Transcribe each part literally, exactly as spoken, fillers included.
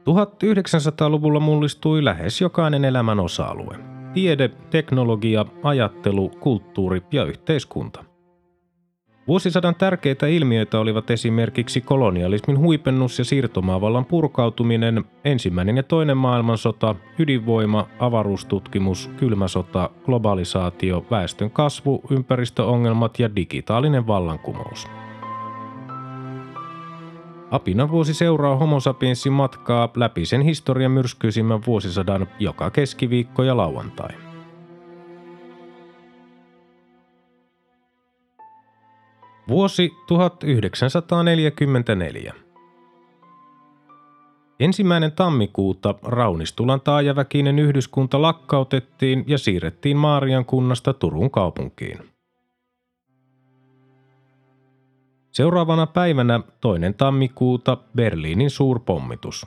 tuhatyhdeksänsataaluvulla mullistui lähes jokainen elämän osa-alue. Tiede, teknologia, ajattelu, kulttuuri ja yhteiskunta. Vuosisadan tärkeitä ilmiöitä olivat esimerkiksi kolonialismin huipennus ja siirtomaavallan purkautuminen, ensimmäinen ja toinen maailmansota, ydinvoima, avaruustutkimus, kylmä sota, globalisaatio, väestön kasvu, ympäristöongelmat ja digitaalinen vallankumous. Apinan vuosi seuraa Homo sapiensin matkaa läpi sen historian myrskyisimmän vuosisadan joka keskiviikko ja lauantai. Vuosi tuhatyhdeksänsataaneljäkymmentäneljä. Ensimmäinen tammikuuta Raunistulan taajaväkinen yhdyskunta lakkautettiin ja siirrettiin Maarian kunnasta Turun kaupunkiin. Seuraavana päivänä toinen tammikuuta Berliinin suurpommitus.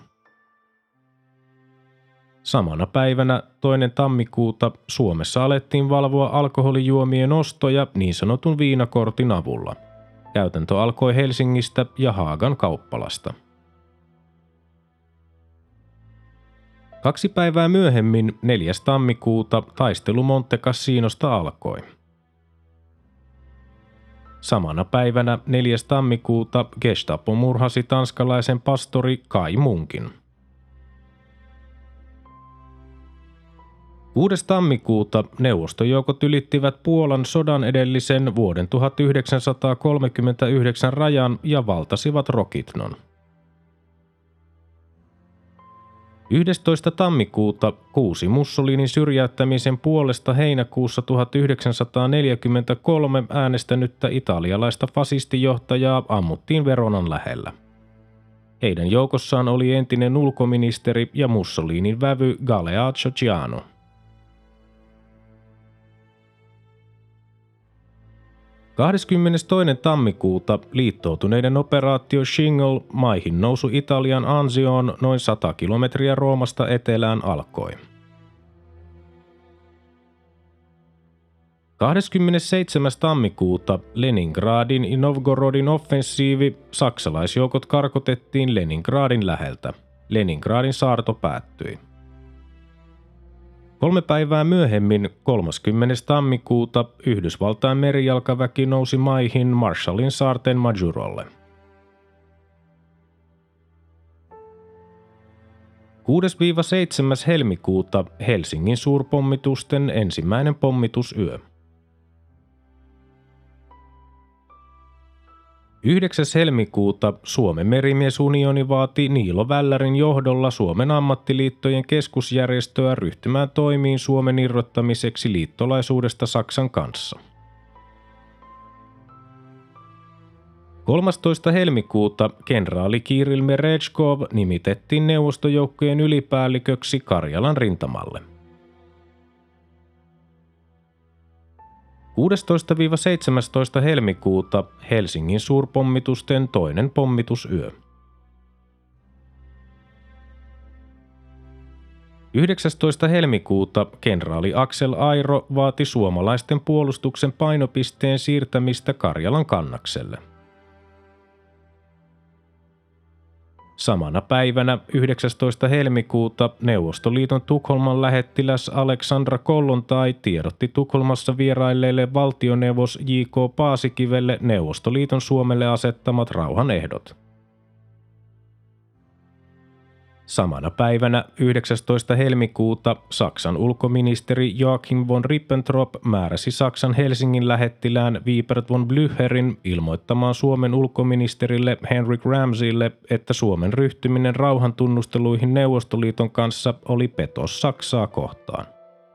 Samana päivänä toinen tammikuuta Suomessa alettiin valvoa alkoholijuomien ostoja niin sanotun viinakortin avulla. Käytäntö alkoi Helsingistä ja Haagan kauppalasta. Kaksi päivää myöhemmin, neljäs tammikuuta, taistelu Monte Cassinosta alkoi. Samana päivänä neljäs tammikuuta Gestapo murhasi tanskalaisen pastori Kai Munkin. kuudes tammikuuta neuvostojoukot ylittivät Puolan sodan edellisen vuoden tuhatyhdeksänsataakolmekymmentäyhdeksän rajan ja valtasivat Rokitnon. yhdestoista tammikuuta kuusi Mussolinin syrjäyttämisen puolesta heinäkuussa tuhatyhdeksänsataaneljäkymmentäkolme äänestänyttä italialaista fasistijohtajaa ammuttiin Veronan lähellä. Heidän joukossaan oli entinen ulkoministeri ja Mussolinin vävy Galeazzo Ciano. kahdeskymmenestoinen tammikuuta liittoutuneiden operaatio Shingle maihin nousu Italian ansioon noin sata kilometriä Roomasta etelään alkoi. kahdeskymmenesseitsemäs tammikuuta Leningradin ja Novgorodin offensiivi, saksalaisjoukot karkotettiin Leningradin läheltä. Leningradin saarto päättyi. Kolme päivää myöhemmin, kolmaskymmenes tammikuuta, Yhdysvaltain merijalkaväki nousi maihin Marshallin saarten Majurolle. kuudes seitsemäs helmikuuta Helsingin suurpommitusten ensimmäinen pommitusyö. yhdeksäs helmikuuta Suomen merimiesunioni vaati Niilo Vällärin johdolla Suomen ammattiliittojen keskusjärjestöä ryhtymään toimiin Suomen irrottamiseksi liittolaisuudesta Saksan kanssa. kolmastoista helmikuuta kenraali Kirill Merezhkov nimitettiin neuvostojoukkojen ylipäälliköksi Karjalan rintamalle. kuudestoista seitsemästoista helmikuuta Helsingin suurpommitusten toinen pommitusyö. yhdeksästoista helmikuuta kenraali Aksel Airo vaati suomalaisten puolustuksen painopisteen siirtämistä Karjalan kannakselle. Samana päivänä yhdeksästoista helmikuuta Neuvostoliiton Tukholman lähettiläs Aleksandra Kollontai tiedotti Tukholmassa vierailleille valtioneuvos J K Paasikivelle Neuvostoliiton Suomelle asettamat rauhanehdot. Samana päivänä yhdeksästoista helmikuuta Saksan ulkoministeri Joachim von Ribbentrop määräsi Saksan Helsingin lähettilään Wiebert von Blücherin ilmoittamaan Suomen ulkoministerille Henrik Ramsaylle, että Suomen ryhtyminen rauhantunnusteluihin Neuvostoliiton kanssa oli petos Saksaa kohtaan.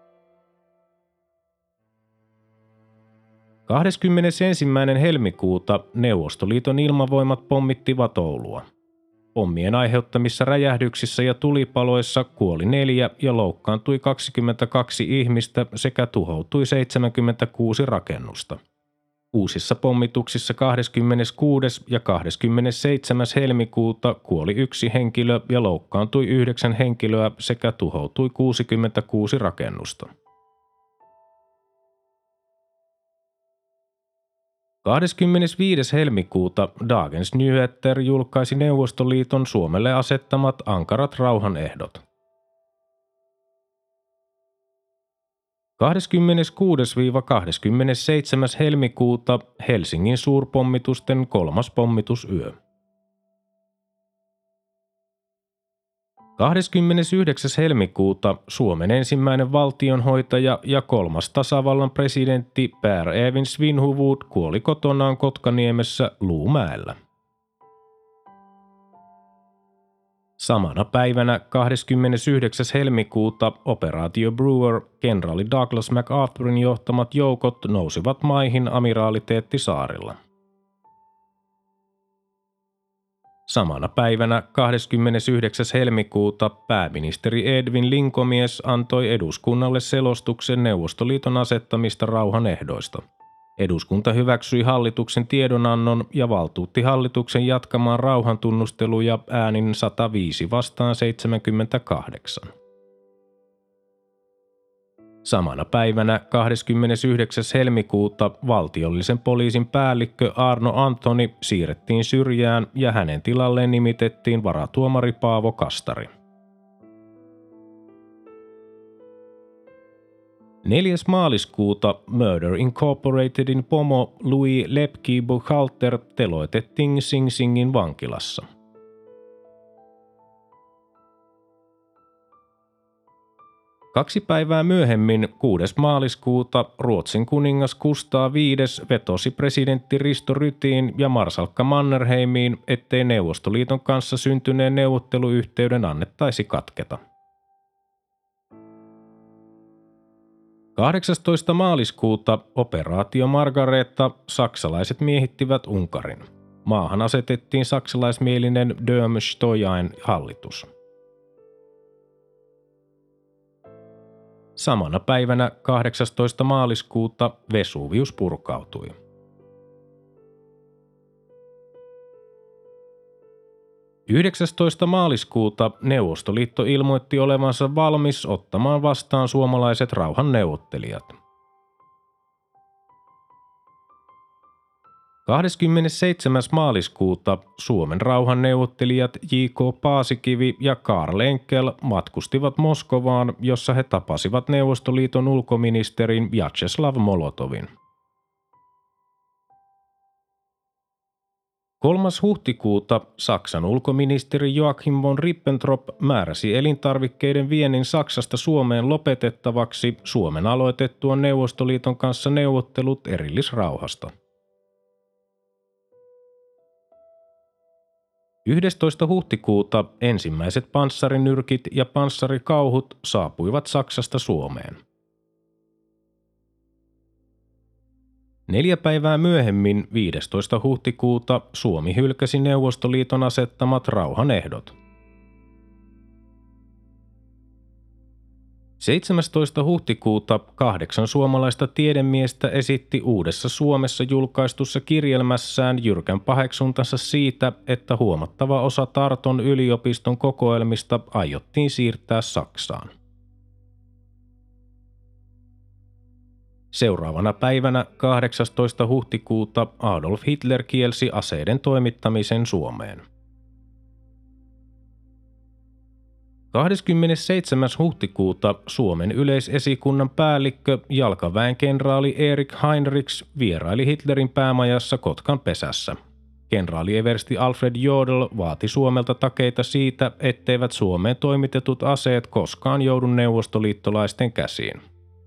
kahdeskymmenesensimmäinen helmikuuta Neuvostoliiton ilmavoimat pommittivat Oulua. Pommien aiheuttamissa räjähdyksissä ja tulipaloissa kuoli neljä ja loukkaantui kaksikymmentäkaksi ihmistä sekä tuhoutui seitsemänkymmentäkuusi rakennusta. Uusissa pommituksissa kahdeskymmeneskuudes ja kahdeskymmenesseitsemäs helmikuuta kuoli yksi henkilö ja loukkaantui yhdeksän henkilöä sekä tuhoutui kuusikymmentäkuusi rakennusta. kahdeskymmenesviides helmikuuta Dagens Nyheter julkaisi Neuvostoliiton Suomelle asettamat ankarat rauhanehdot. kahdeskymmeneskuudes kahdeskymmenesseitsemäs helmikuuta Helsingin suurpommitusten kolmas pommitusyö. kahdeskymmenesyhdeksäs helmikuuta Suomen ensimmäinen valtionhoitaja ja kolmas tasavallan presidentti Per Evin Svinhufvud kuoli kotonaan Kotkaniemessä Luumäellä. Samana päivänä kahdeskymmenesyhdeksäs helmikuuta operaatio Brewer kenraali Douglas MacArthurin johtamat joukot nousivat maihin Amiraliteettisaarilla. Samana päivänä kahdeskymmenesyhdeksäs helmikuuta pääministeri Edwin Linkomies antoi eduskunnalle selostuksen Neuvostoliiton asettamista rauhanehdoista. Eduskunta hyväksyi hallituksen tiedonannon ja valtuutti hallituksen jatkamaan rauhantunnusteluja äänin sata viisi vastaan seitsemänkymmentäkahdeksan. Samana päivänä kahdeskymmenesyhdeksäs helmikuuta valtiollisen poliisin päällikkö Arno Antoni siirrettiin syrjään ja hänen tilalleen nimitettiin varatuomari Paavo Kastari. neljäs maaliskuuta Murder Incorporatedin pomo Louis Lepki Buchalter teloitettiin Sing Singin vankilassa. Kaksi päivää myöhemmin, kuudes maaliskuuta, Ruotsin kuningas Kustaa viides vetosi presidentti Risto Rydin ja marsalkka Mannerheimiin, ettei Neuvostoliiton kanssa syntyneen neuvotteluyhteyden annettaisi katketa. kahdeksastoista maaliskuuta operaatio Margareta saksalaiset miehittivät Unkarin. Maahan asetettiin saksalaismielinen Döm Stojain hallitus. Samana päivänä kahdeksastoista maaliskuuta Vesuvius purkautui. yhdeksästoista maaliskuuta Neuvostoliitto ilmoitti olevansa valmis ottamaan vastaan suomalaiset rauhanneuvottelijat. kahdeskymmenesseitsemäs maaliskuuta Suomen rauhanneuvottelijat J K Paasikivi ja Karl Enkel matkustivat Moskovaan, jossa he tapasivat Neuvostoliiton ulkoministerin Vjacheslav Molotovin. kolmas huhtikuuta Saksan ulkoministeri Joachim von Ribbentrop määräsi elintarvikkeiden viennin Saksasta Suomeen lopetettavaksi Suomen aloitettua Neuvostoliiton kanssa neuvottelut erillisrauhasta. yhdestoista huhtikuuta ensimmäiset panssarinyrkit ja panssarikauhut saapuivat Saksasta Suomeen. Neljä päivää myöhemmin, viidestoista huhtikuuta, Suomi hylkäsi Neuvostoliiton asettamat rauhanehdot. seitsemästoista huhtikuuta kahdeksan suomalaista tiedemiestä esitti Uudessa Suomessa julkaistussa kirjelmässään jyrkän paheksuntansa siitä, että huomattava osa Tarton yliopiston kokoelmista aiottiin siirtää Saksaan. Seuraavana päivänä kahdeksastoista huhtikuuta Adolf Hitler kielsi aseiden toimittamisen Suomeen. kahdeskymmenesseitsemäs huhtikuuta Suomen yleisesikunnan päällikkö jalkaväen kenraali Erich Heinrichs vieraili Hitlerin päämajassa Kotkan pesässä. Kenraali eversti Alfred Jodl vaati Suomelta takeita siitä, etteivät Suomeen toimitetut aseet koskaan joudu neuvostoliittolaisten käsiin.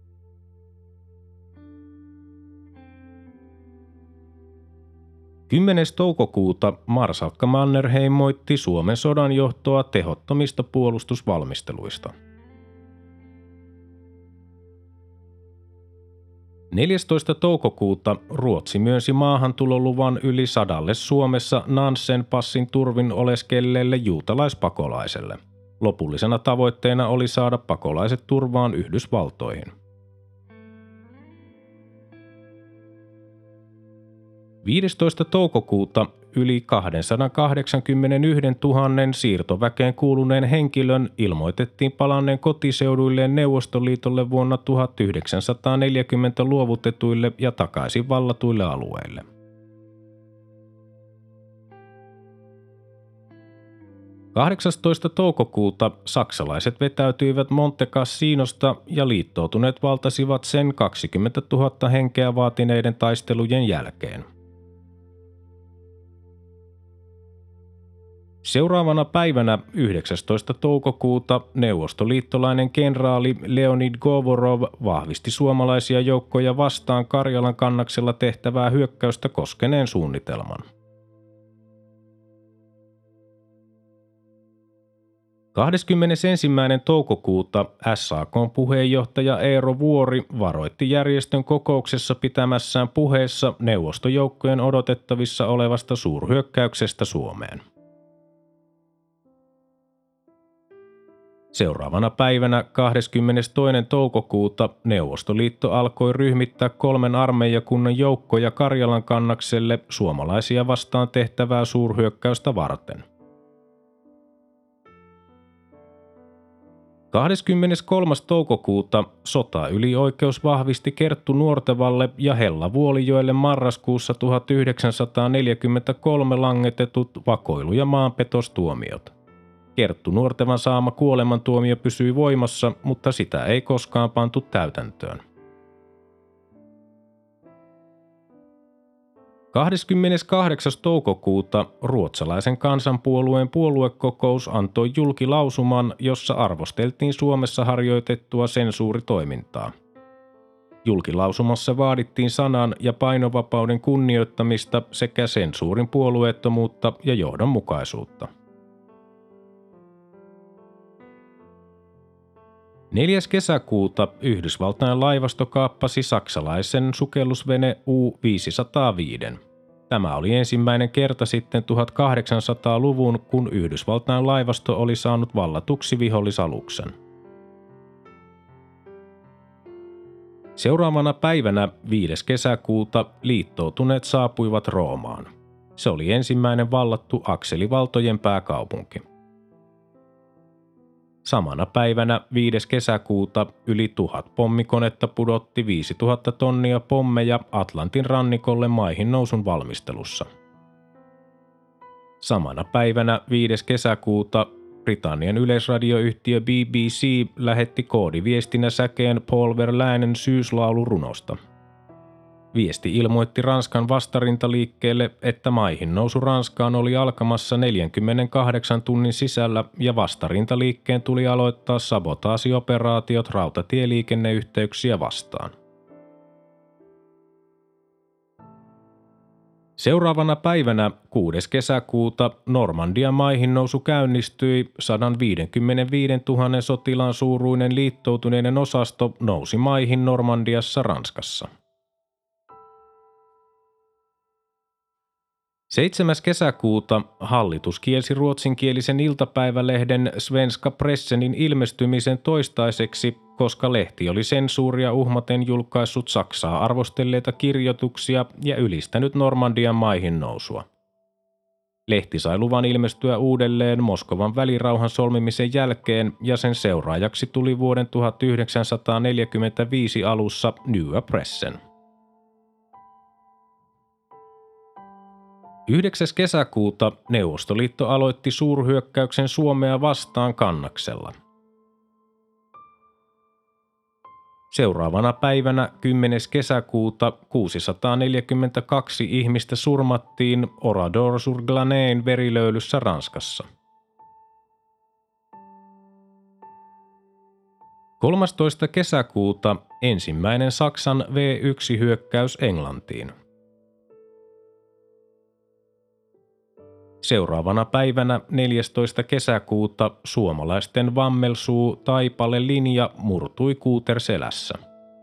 kymmenes toukokuuta marsalkka Mannerheim moitti Suomen sodanjohtoa tehottomista puolustusvalmisteluista. neljästoista toukokuuta Ruotsi myönsi maahantuloluvan yli sadalle Suomessa Nansen-passin turvin oleskelleelle juutalaispakolaiselle. Lopullisena tavoitteena oli saada pakolaiset turvaan Yhdysvaltoihin. viidestoista toukokuuta yli kaksisataakahdeksankymmentäyksituhatta siirtoväkeen kuuluneen henkilön ilmoitettiin palanneen kotiseuduilleen Neuvostoliitolle vuonna tuhatyhdeksänsataaneljäkymmentä luovutetuille ja takaisin vallatuille alueille. kahdeksastoista toukokuuta saksalaiset vetäytyivät Monte Cassinosta ja liittoutuneet valtasivat sen kaksikymmentätuhatta henkeä vaatineiden taistelujen jälkeen. Seuraavana päivänä yhdeksästoista toukokuuta neuvostoliittolainen kenraali Leonid Govorov vahvisti suomalaisia joukkoja vastaan Karjalan kannaksella tehtävää hyökkäystä koskeneen suunnitelman. kahdeskymmenesensimmäinen toukokuuta S A K:n puheenjohtaja Eero Vuori varoitti järjestön kokouksessa pitämässään puheessa neuvostojoukkojen odotettavissa olevasta suurhyökkäyksestä Suomeen. Seuraavana päivänä kahdeskymmenestoinen toukokuuta Neuvostoliitto alkoi ryhmittää kolmen armeijakunnan joukkoja Karjalan kannakselle suomalaisia vastaan tehtävää suurhyökkäystä varten. kahdeskymmeneskolmas toukokuuta sotaylioikeus vahvisti Kerttu Nuortevalle ja Hella Vuolijoelle marraskuussa tuhatyhdeksänsataaneljäkymmentäkolme langetetut vakoilu- ja maanpetostuomiot. Kerttu Nuortevan saama kuolemantuomio pysyi voimassa, mutta sitä ei koskaan pantu täytäntöön. kahdeskymmeneskahdeksas toukokuuta ruotsalaisen kansanpuolueen puoluekokous antoi julkilausuman, jossa arvosteltiin Suomessa harjoitettua sensuuritoimintaa. Julkilausumassa vaadittiin sanan- ja painovapauden kunnioittamista sekä sensuurin puolueettomuutta ja johdonmukaisuutta. neljäs kesäkuuta Yhdysvaltain laivasto kaappasi saksalaisen sukellusvene U viisisataaviisi. Tämä oli ensimmäinen kerta sitten tuhatkahdeksansataaluvun, kun Yhdysvaltain laivasto oli saanut vallatuksi vihollisaluksen. Seuraavana päivänä viides kesäkuuta liittoutuneet saapuivat Roomaan. Se oli ensimmäinen vallattu akselivaltojen pääkaupunki. Samana päivänä viides kesäkuuta yli tuhat pommikonetta pudotti viisituhatta tonnia pommeja Atlantin rannikolle maihin nousun valmistelussa. Samana päivänä viides kesäkuuta Britannian yleisradioyhtiö B B C lähetti koodiviestinä säkeen Paul Verlainen syyslaulurunosta. Viesti ilmoitti Ranskan vastarintaliikkeelle, että maihin nousu Ranskaan oli alkamassa neljänkymmenenkahdeksan tunnin sisällä ja vastarintaliikkeen tuli aloittaa sabotaasioperaatiot rautatieliikenneyhteyksiä vastaan. Seuraavana päivänä kuudes kesäkuuta Normandian maihin nousu käynnistyi, sata viisikymmentäviisituhatta sotilaan suuruinen liittoutuneiden osasto nousi maihin Normandiassa Ranskassa. seitsemäs kesäkuuta hallitus kielsi ruotsinkielisen iltapäivälehden Svenska Pressenin ilmestymisen toistaiseksi, koska lehti oli sensuuria uhmaten julkaissut Saksaa arvostelleita kirjoituksia ja ylistänyt Normandian maihin nousua. Lehti sai luvan ilmestyä uudelleen Moskovan välirauhan solmimisen jälkeen ja sen seuraajaksi tuli vuoden tuhatyhdeksänsataaneljäkymmentäviisi alussa Nya Pressen. yhdeksäs kesäkuuta Neuvostoliitto aloitti suurhyökkäyksen Suomea vastaan kannaksella. Seuraavana päivänä kymmenes kesäkuuta kuusisataaneljäkymmentäkaksi ihmistä surmattiin Oradour-sur-Glane verilöylyssä Ranskassa. kolmastoista kesäkuuta ensimmäinen Saksan V yksi hyökkäys Englantiin. Seuraavana päivänä neljästoista kesäkuuta suomalaisten Vammelsuu-Taipale-linja murtui Kuuterselässä.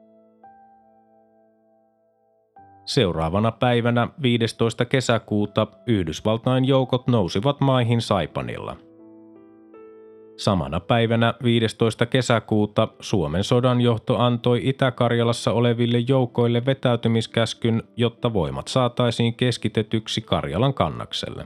Seuraavana päivänä viidestoista kesäkuuta Yhdysvaltain joukot nousivat maihin Saipanilla. Samana päivänä viidestoista kesäkuuta Suomen sodanjohto antoi Itä-Karjalassa oleville joukoille vetäytymiskäskyn, jotta voimat saataisiin keskitetyksi Karjalan kannakselle.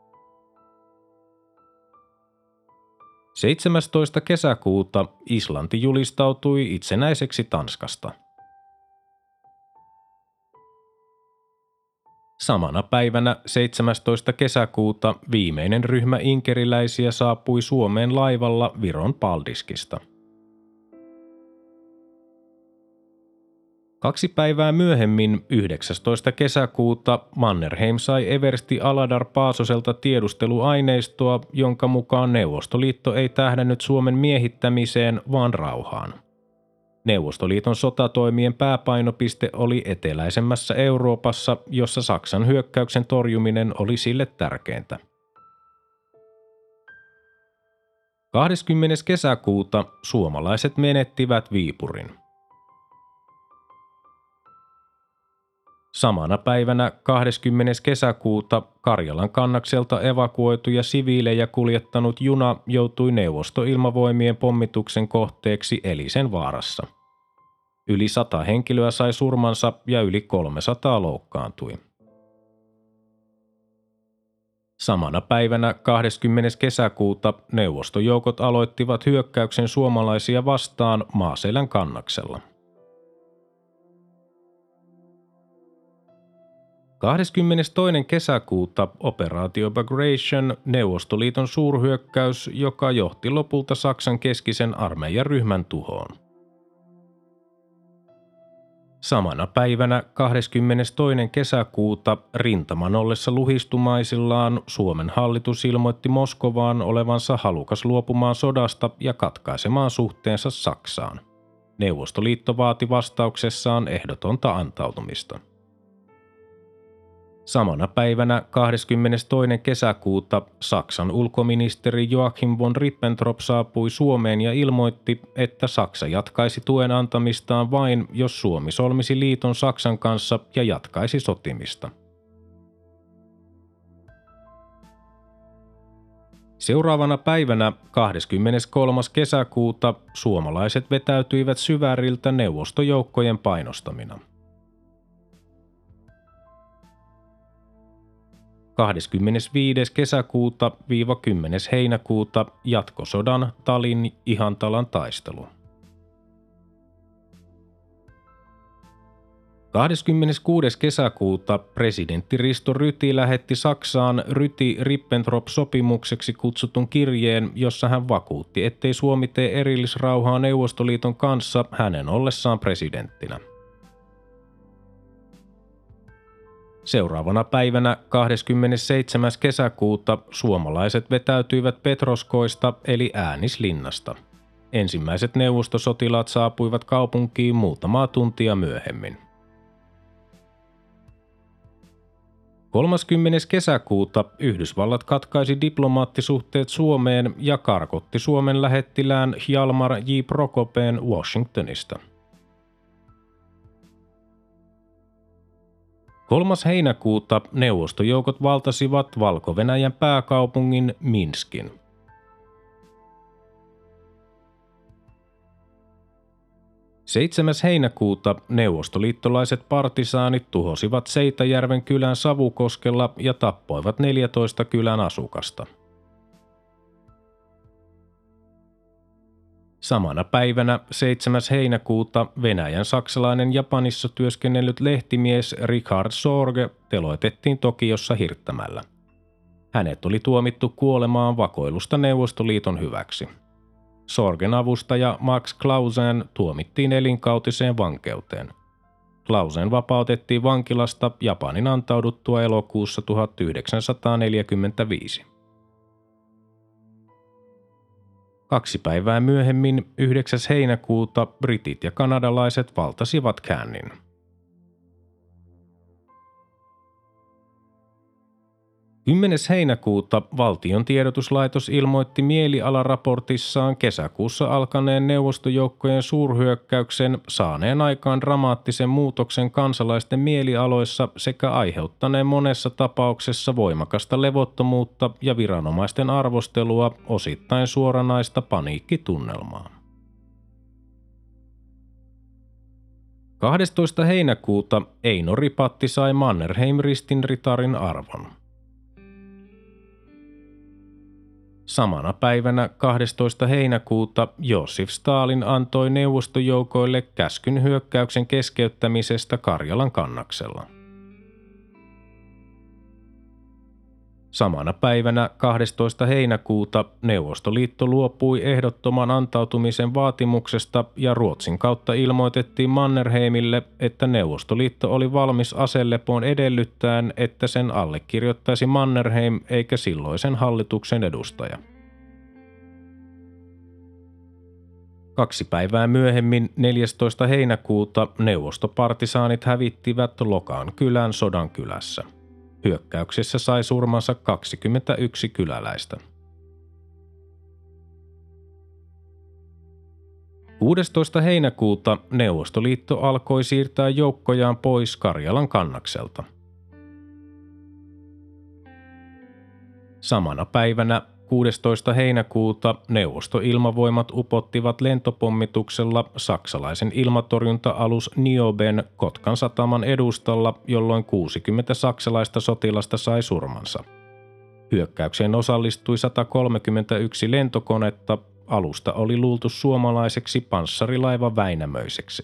seitsemästoista kesäkuuta Islanti julistautui itsenäiseksi Tanskasta. Samana päivänä seitsemästoista kesäkuuta viimeinen ryhmä inkeriläisiä saapui Suomeen laivalla Viron Paldiskista. Kaksi päivää myöhemmin, yhdeksästoista kesäkuuta, Mannerheim sai eversti Aladar Paasoselta tiedusteluaineistoa, jonka mukaan Neuvostoliitto ei tähdännyt Suomen miehittämiseen, vaan rauhaan. Neuvostoliiton sotatoimien pääpainopiste oli eteläisemmässä Euroopassa, jossa Saksan hyökkäyksen torjuminen oli sille tärkeintä. kahdeskymmenes kesäkuuta suomalaiset menettivät Viipurin. Samana päivänä kahdeskymmenes kesäkuuta Karjalan kannakselta evakuoituja siviilejä kuljettanut juna joutui neuvostoilmavoimien pommituksen kohteeksi Elisenvaarassa. Yli sata henkilöä sai surmansa ja yli kolmesataa loukkaantui. Samana päivänä kahdeskymmenes kesäkuuta neuvostojoukot aloittivat hyökkäyksen suomalaisia vastaan Maaselän kannaksella. kahdeskymmenestoinen kesäkuuta operaatio Bagration, Neuvostoliiton suurhyökkäys, joka johti lopulta Saksan keskisen armeijan ryhmän tuhoon. Samana päivänä kahdeskymmenestoinen kesäkuuta rintaman ollessa luhistumaisillaan Suomen hallitus ilmoitti Moskovaan olevansa halukas luopumaan sodasta ja katkaisemaan suhteensa Saksaan. Neuvostoliitto vaati vastauksessaan ehdotonta antautumista. Samana päivänä kahdeskymmenestoinen kesäkuuta Saksan ulkoministeri Joachim von Ribbentrop saapui Suomeen ja ilmoitti, että Saksa jatkaisi tuen antamistaan vain, jos Suomi solmisi liiton Saksan kanssa ja jatkaisi sotimista. Seuraavana päivänä kahdeskymmeneskolmas kesäkuuta suomalaiset vetäytyivät Syväriltä neuvostojoukkojen painostamina. kahdeskymmenesviides kesäkuuta viiva kymmenes heinäkuuta jatkosodan Talin Ihantalan taistelu. kahdeskymmeneskuudes kesäkuuta presidentti Risto Ryti lähetti Saksaan Ryti-Ribbentrop-sopimukseksi kutsutun kirjeen, jossa hän vakuutti, ettei Suomi tee erillisrauhaa Neuvostoliiton kanssa hänen ollessaan presidenttinä. Seuraavana päivänä kahdeskymmenesseitsemäs kesäkuuta suomalaiset vetäytyivät Petroskoista eli Äänislinnasta. Ensimmäiset neuvostosotilaat saapuivat kaupunkiin muutamaa tuntia myöhemmin. kolmaskymmenes kesäkuuta Yhdysvallat katkaisi diplomaattisuhteet Suomeen ja karkotti Suomen lähettilään Hjalmar J. Prokopeen Washingtonista. kolmas heinäkuuta neuvostojoukot valtasivat Valko-Venäjän pääkaupungin Minskin. seitsemäs heinäkuuta neuvostoliittolaiset partisaanit tuhosivat Seitäjärven kylän Savukoskella ja tappoivat neljätoista kylän asukasta. Samana päivänä seitsemäs heinäkuuta Venäjän saksalainen Japanissa työskennellyt lehtimies Richard Sorge teloitettiin Tokiossa hirttämällä. Hänet oli tuomittu kuolemaan vakoilusta Neuvostoliiton hyväksi. Sorgen avustaja Max Clausen tuomittiin elinkautiseen vankeuteen. Clausen vapautettiin vankilasta Japanin antauduttua elokuussa tuhatyhdeksänsataaneljäkymmentäviisi. Kaksi päivää myöhemmin, yhdeksäs heinäkuuta, britit ja kanadalaiset valtasivat Cannin. kymmenes heinäkuuta valtion tiedotuslaitos ilmoitti mielialaraportissaan kesäkuussa alkaneen neuvostojoukkojen suurhyökkäyksen saaneen aikaan dramaattisen muutoksen kansalaisten mielialoissa sekä aiheuttaneen monessa tapauksessa voimakasta levottomuutta ja viranomaisten arvostelua, osittain suoranaista paniikkitunnelmaa. kahdestoista heinäkuuta Eino Ripatti sai Mannerheim-ristin ritarin arvon. Samana päivänä kahdestoista heinäkuuta Josif Stalin antoi neuvostojoukoille käskyn hyökkäyksen keskeyttämisestä Karjalan kannaksella. Samana päivänä kahdestoista heinäkuuta Neuvostoliitto luopui ehdottoman antautumisen vaatimuksesta ja Ruotsin kautta ilmoitettiin Mannerheimille, että Neuvostoliitto oli valmis aselepoon edellyttäen, että sen allekirjoittaisi Mannerheim eikä silloisen hallituksen edustaja. Kaksi päivää myöhemmin, neljästoista heinäkuuta, neuvostopartisaanit hävittivät Lokaan kylän Sodankylässä. Hyökkäyksessä sai surmansa kaksikymmentäyksi kyläläistä. kuudestoista heinäkuuta Neuvostoliitto alkoi siirtää joukkojaan pois Karjalan kannakselta. Samana päivänä kuudestoista heinäkuuta neuvostoilmavoimat upottivat lentopommituksella saksalaisen ilmatorjunta-alus Nioben Kotkan sataman edustalla, jolloin kuusikymmentä saksalaista sotilasta sai surmansa. Hyökkäykseen osallistui sata kolmekymmentäyksi lentokonetta, alusta oli luultu suomalaiseksi panssarilaiva Väinämöiseksi.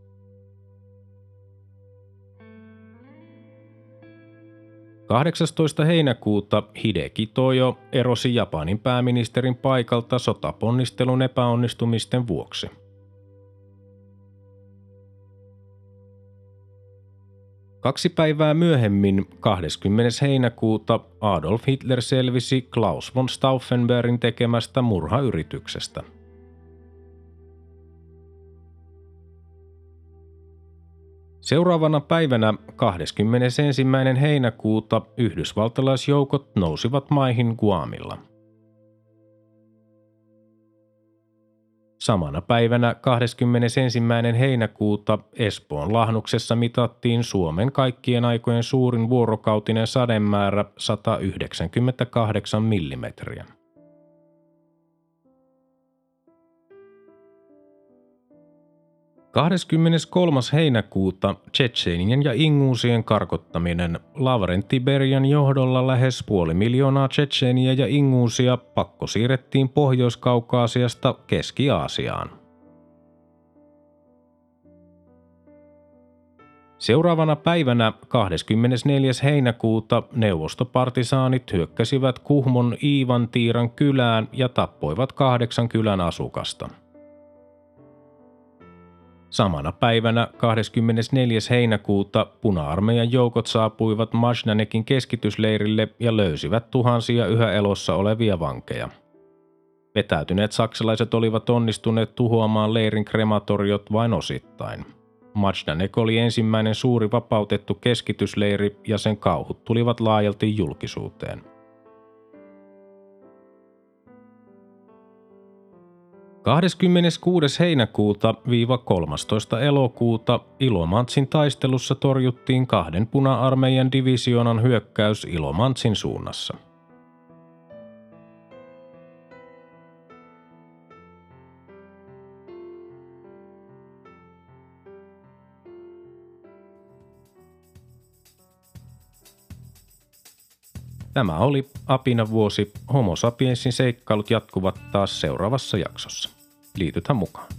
kahdeksastoista heinäkuuta Hideki Tojo erosi Japanin pääministerin paikalta sotaponnistelun epäonnistumisten vuoksi. Kaksi päivää myöhemmin, kahdeskymmenes heinäkuuta, Adolf Hitler selvisi Klaus von Stauffenbergin tekemästä murhayrityksestä. Seuraavana päivänä kahdeskymmenesensimmäinen heinäkuuta yhdysvaltalaisjoukot nousivat maihin Guamilla. Samana päivänä kahdeskymmenesensimmäinen heinäkuuta Espoon Lahnuksessa mitattiin Suomen kaikkien aikojen suurin vuorokautinen sademäärä sata yhdeksänkymmentäkahdeksan millimetriä. kahdeskymmeneskolmas heinäkuuta Tšetšenien ja Inguusien karkottaminen. Lavrenti Berian johdolla lähes puoli miljoonaa Tšetšeniä ja Inguusia pakko siirrettiin Pohjois-Kaukaasiasta Keski-Aasiaan. Seuraavana päivänä kahdeskymmenesneljäs heinäkuuta neuvostopartisaanit hyökkäsivät Kuhmon Iivantiiran kylään ja tappoivat kahdeksan kylän asukasta. Samana päivänä kahdeskymmenesneljäs heinäkuuta Puna-armeijan joukot saapuivat Majdanekin keskitysleirille ja löysivät tuhansia yhä elossa olevia vankeja. Vetäytyneet saksalaiset olivat onnistuneet tuhoamaan leirin krematoriot vain osittain. Majdanek oli ensimmäinen suuri vapautettu keskitysleiri ja sen kauhut tulivat laajalti julkisuuteen. kahdeskymmeneskuudes heinäkuuta viiva kolmastoista elokuuta Ilomantsin taistelussa torjuttiin kahden Puna-armeijan divisioonan hyökkäys Ilomantsin suunnassa. Tämä oli Apina-vuosi. Homo sapiensin seikkailut jatkuvat taas seuraavassa jaksossa. Liitythän mukaan.